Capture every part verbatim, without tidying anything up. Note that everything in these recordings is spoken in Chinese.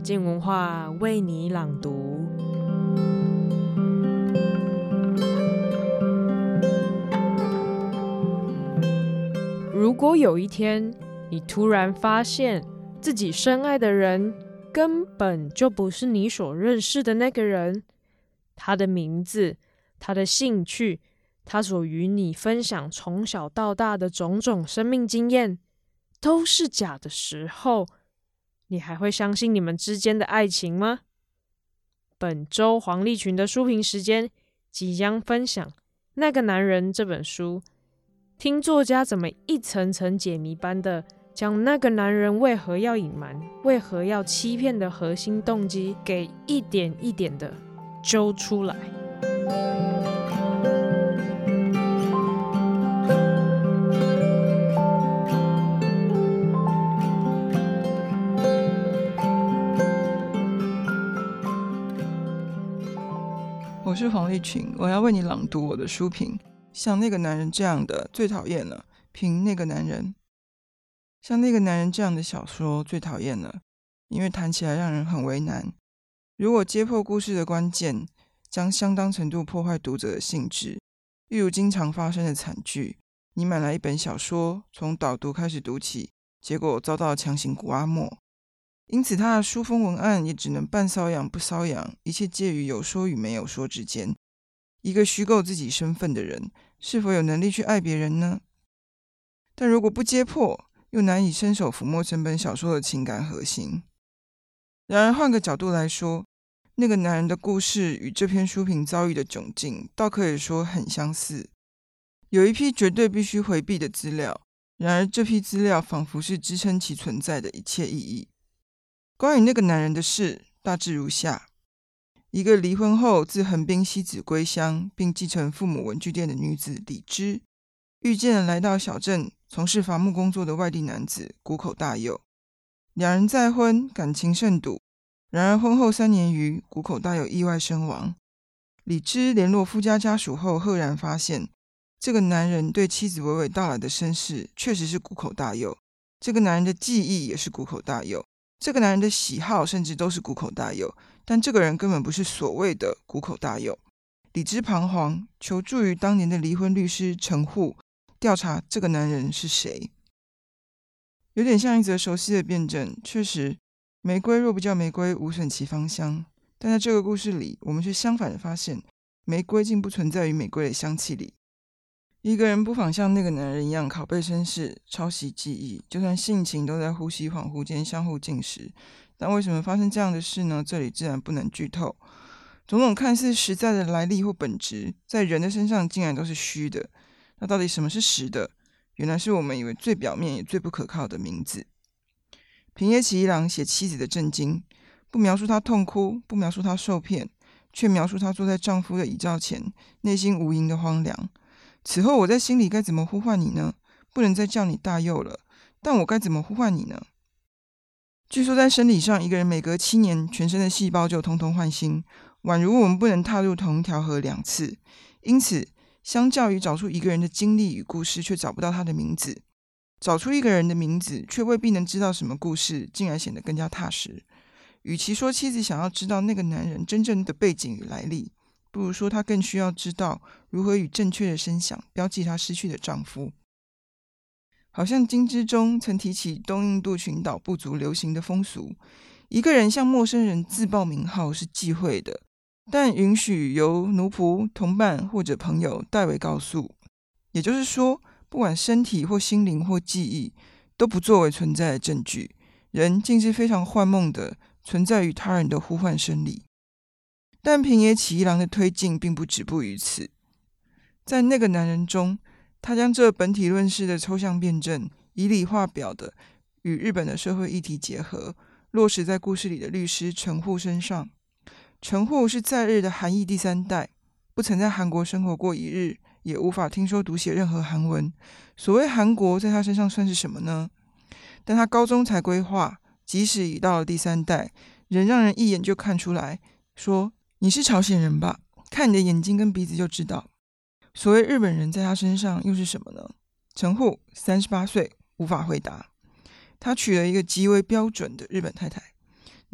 静文化为你朗读。如果有一天你突然发现自己深爱的人根本就不是你所认识的那个人，他的名字、他的兴趣、他所与你分享从小到大的种种生命经验都是假的时候，你还会相信你们之间的爱情吗？本周黄立群的书评时间即将分享《那个男人》这本书，听作家怎么一层层解谜般的将那个男人为何要隐瞒、为何要欺骗的核心动机给一点一点的揪出来。 我是黄立群，我要为你朗读我的书评。像那个男人这样的最讨厌了，凭那个男人。像那个男人这样的小说最讨厌了，因为谈起来让人很为难。如果揭破故事的关键，将相当程度破坏读者的兴致，例如经常发生的惨剧：你买来一本小说，从导读开始读起，结果遭到强行古阿莫。因此他的书封文案也只能半瘙痒不瘙痒，一切介于有说与没有说之间。一个虚构自己身份的人，是否有能力去爱别人呢？但如果不揭破，又难以伸手抚摸整本小说的情感核心。然而换个角度来说，那个男人的故事与这篇书评遭遇的窘境，倒可以说很相似。有一批绝对必须回避的资料，然而这批资料仿佛是支撑其存在的一切意义。关于那个男人的事，大致如下：一个离婚后自横滨西子归乡，并继承父母文具店的女子李枝，遇见了来到小镇从事伐木工作的外地男子谷口大佑。两人再婚，感情甚笃。然而婚后三年余，谷口大佑意外身亡。李枝联络夫家家属后，赫然发现这个男人对妻子娓娓道来的身世确实是谷口大佑，这个男人的记忆也是谷口大佑，这个男人的喜好甚至都是谷口大佑，但这个人根本不是所谓的谷口大佑。李枝彷徨，求助于当年的离婚律师陈户，调查这个男人是谁。有点像一则熟悉的辩证，确实，玫瑰若不叫玫瑰，无损其芳香。但在这个故事里，我们却相反的发现，玫瑰竟不存在于玫瑰的香气里。一个人不妨像那个男人一样拷贝身世，抄袭记忆，就算性情都在呼吸恍惚间相互侵蚀。但为什么发生这样的事呢？这里自然不能剧透。种种看似实在的来历或本质，在人的身上竟然都是虚的。那到底什么是实的？原来是我们以为最表面也最不可靠的名字。平野启一郎写妻子的震惊，不描述她痛哭，不描述她受骗，却描述她坐在丈夫的遗照前，内心无垠的荒凉。此后我在心里该怎么呼唤你呢？不能再叫你大佑了，但我该怎么呼唤你呢？据说在生理上，一个人每隔七年，全身的细胞就通通换新，宛如我们不能踏入同一条河两次。因此相较于找出一个人的经历与故事却找不到他的名字，找出一个人的名字却未必能知道什么故事，竟然显得更加踏实。与其说妻子想要知道那个男人真正的背景与来历，不如说她更需要知道如何以正确的声响标记她失去的丈夫。好像金之中曾提起东印度群岛部族流行的风俗，一个人向陌生人自报名号是忌讳的，但允许由奴仆、同伴或者朋友代为告诉。也就是说，不管身体或心灵或记忆，都不作为存在的证据，人竟是非常幻梦的存在于他人的呼唤声里。但平野启一郎的推进并不止步于此。在那个男人中，他将这本体论式的抽象辩证以理化表的与日本的社会议题结合，落实在故事里的律师陈户身上。陈户是在日的韩裔第三代，不曾在韩国生活过一日，也无法听说读写任何韩文。所谓韩国在他身上算是什么呢？但他高中才规划，即使已到了第三代，仍让人一眼就看出来，说你是朝鲜人吧，看你的眼睛跟鼻子就知道。所谓日本人在他身上又是什么呢？陈户三十八岁，无法回答。他娶了一个极为标准的日本太太，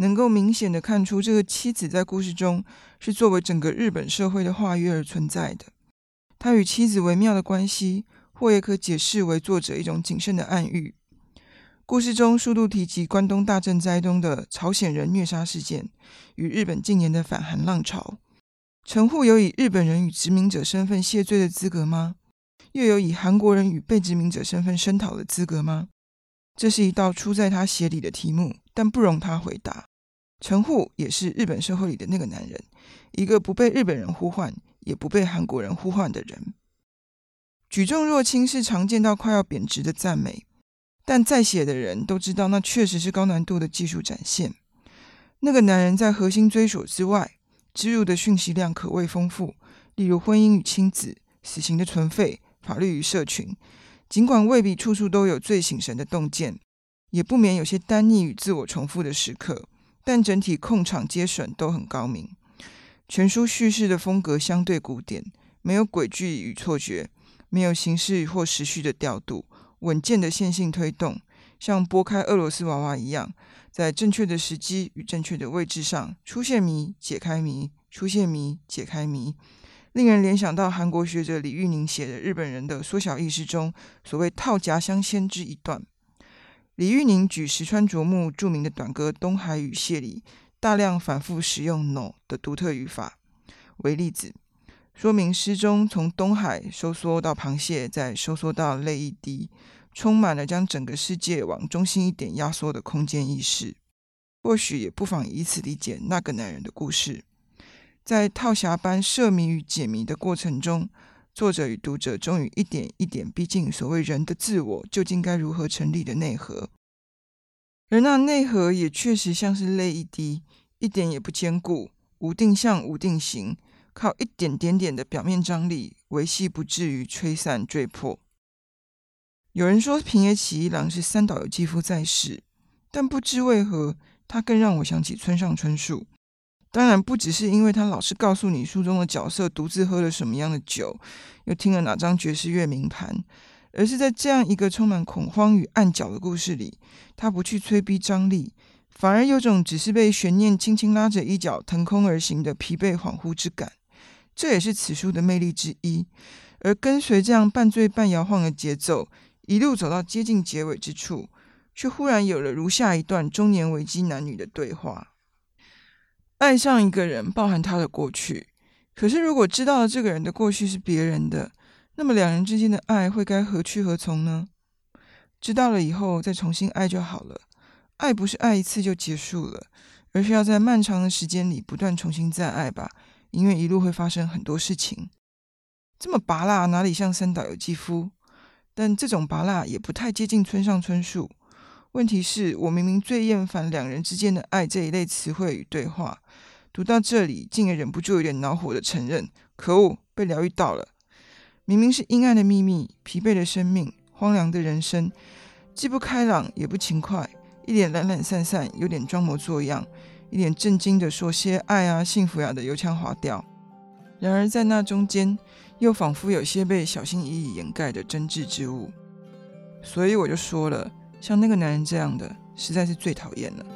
能够明显的看出这个妻子在故事中是作为整个日本社会的化约而存在的。他与妻子微妙的关系，或也可解释为作者一种谨慎的暗喻。故事中数度提及关东大震灾中的朝鲜人虐杀事件与日本近年的反韩浪潮。陈户有以日本人与殖民者身份谢罪的资格吗？又有以韩国人与被殖民者身份声讨的资格吗？这是一道出在他鞋里的题目，但不容他回答。陈户也是日本社会里的那个男人，一个不被日本人呼唤也不被韩国人呼唤的人。举重若轻是常见到快要贬值的赞美，但在写的人都知道那确实是高难度的技术展现。那个男人在核心追索之外植入的讯息量可谓丰富，例如婚姻与亲子、死刑的存废、法律与社群。尽管未必处处都有最醒神的洞见，也不免有些单逆与自我重复的时刻，但整体控场接损都很高明。全书叙事的风格相对古典，没有诡谲与错觉，没有形式或时序的调度，稳健的线性推动，像拨开俄罗斯娃娃一样，在正确的时机与正确的位置上出现谜，解开谜，出现谜，解开谜，令人联想到韩国学者李玉宁写的日本人的缩小意识中所谓套夹相先之一段。李玉宁举石川啄木著名的短歌《东海与蟹》里大量反复使用 no 的独特语法为例子，说明诗中从东海收缩到螃蟹，再收缩到泪一滴，充满了将整个世界往中心一点压缩的空间意识。或许也不妨以此理解那个男人的故事。在套匣般设谜与解谜的过程中，作者与读者终于一点一点逼近所谓人的自我究竟该如何成立的内核，而那内核也确实像是泪一滴，一点也不坚固，无定向无定型，靠一点点点的表面张力维系不至于吹散坠破。有人说平野启一郎是三岛由纪夫在世，但不知为何他更让我想起村上春树。当然不只是因为他老是告诉你书中的角色独自喝了什么样的酒，又听了哪张爵士乐名盘，而是在这样一个充满恐慌与暗角的故事里，他不去催逼张力，反而有种只是被悬念轻轻拉着衣角腾空而行的疲惫恍惚之感。这也是此书的魅力之一。而跟随这样半醉半摇晃的节奏，一路走到接近结尾之处，却忽然有了如下一段中年危机男女的对话。爱上一个人包含他的过去，可是如果知道了这个人的过去是别人的，那么两人之间的爱会该何去何从呢？知道了以后再重新爱就好了。爱不是爱一次就结束了，而是要在漫长的时间里不断重新再爱吧，因为一路会发生很多事情。这么拔辣哪里像三岛由纪夫，但这种拔辣也不太接近村上春树。问题是我明明最厌烦两人之间的爱这一类词汇与对话，读到这里竟也忍不住有点恼火的承认，可恶，被疗愈到了。明明是阴暗的秘密，疲惫的生命，荒凉的人生，既不开朗也不勤快，一脸懒懒散散，有点装模作样，一脸震惊的说些爱啊幸福呀的油腔滑调。然而在那中间又仿佛有些被小心翼翼掩盖的真挚之物。所以我就说了，像那个男人这样的实在是最讨厌了。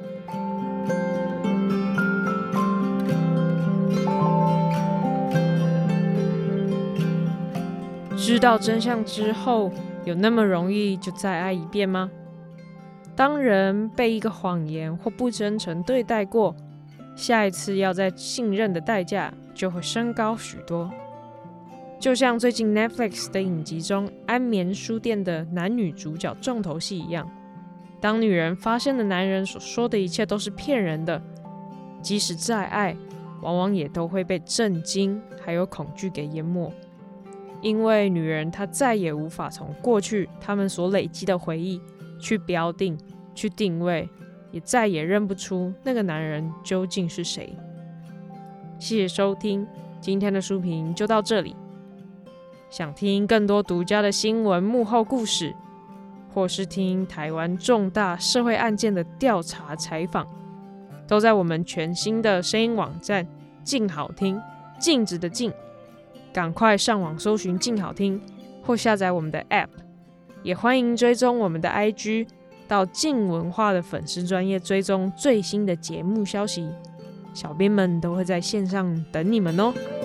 知道真相之后，有那么容易就再爱一遍吗？当人被一个谎言或不真诚对待过，下一次要在信任的代价就会升高许多。就像最近 Netflix 的影集中安眠书店的男女主角重头戏一样，当女人发现了男人所说的一切都是骗人的，即使再爱，往往也都会被震惊还有恐惧给淹没。因为女人她再也无法从过去她们所累积的回忆去标定、去定位，也再也认不出那个男人究竟是谁。谢谢收听，今天的书评就到这里。想听更多独家的新闻幕后故事，或是听台湾重大社会案件的调查采访，都在我们全新的声音网站静好听，静止的静，赶快上网搜寻静好听，或下载我们的 App， 也欢迎追踪我们的 I G 到静文化的粉丝专页追踪最新的节目消息，小编们都会在线上等你们哦。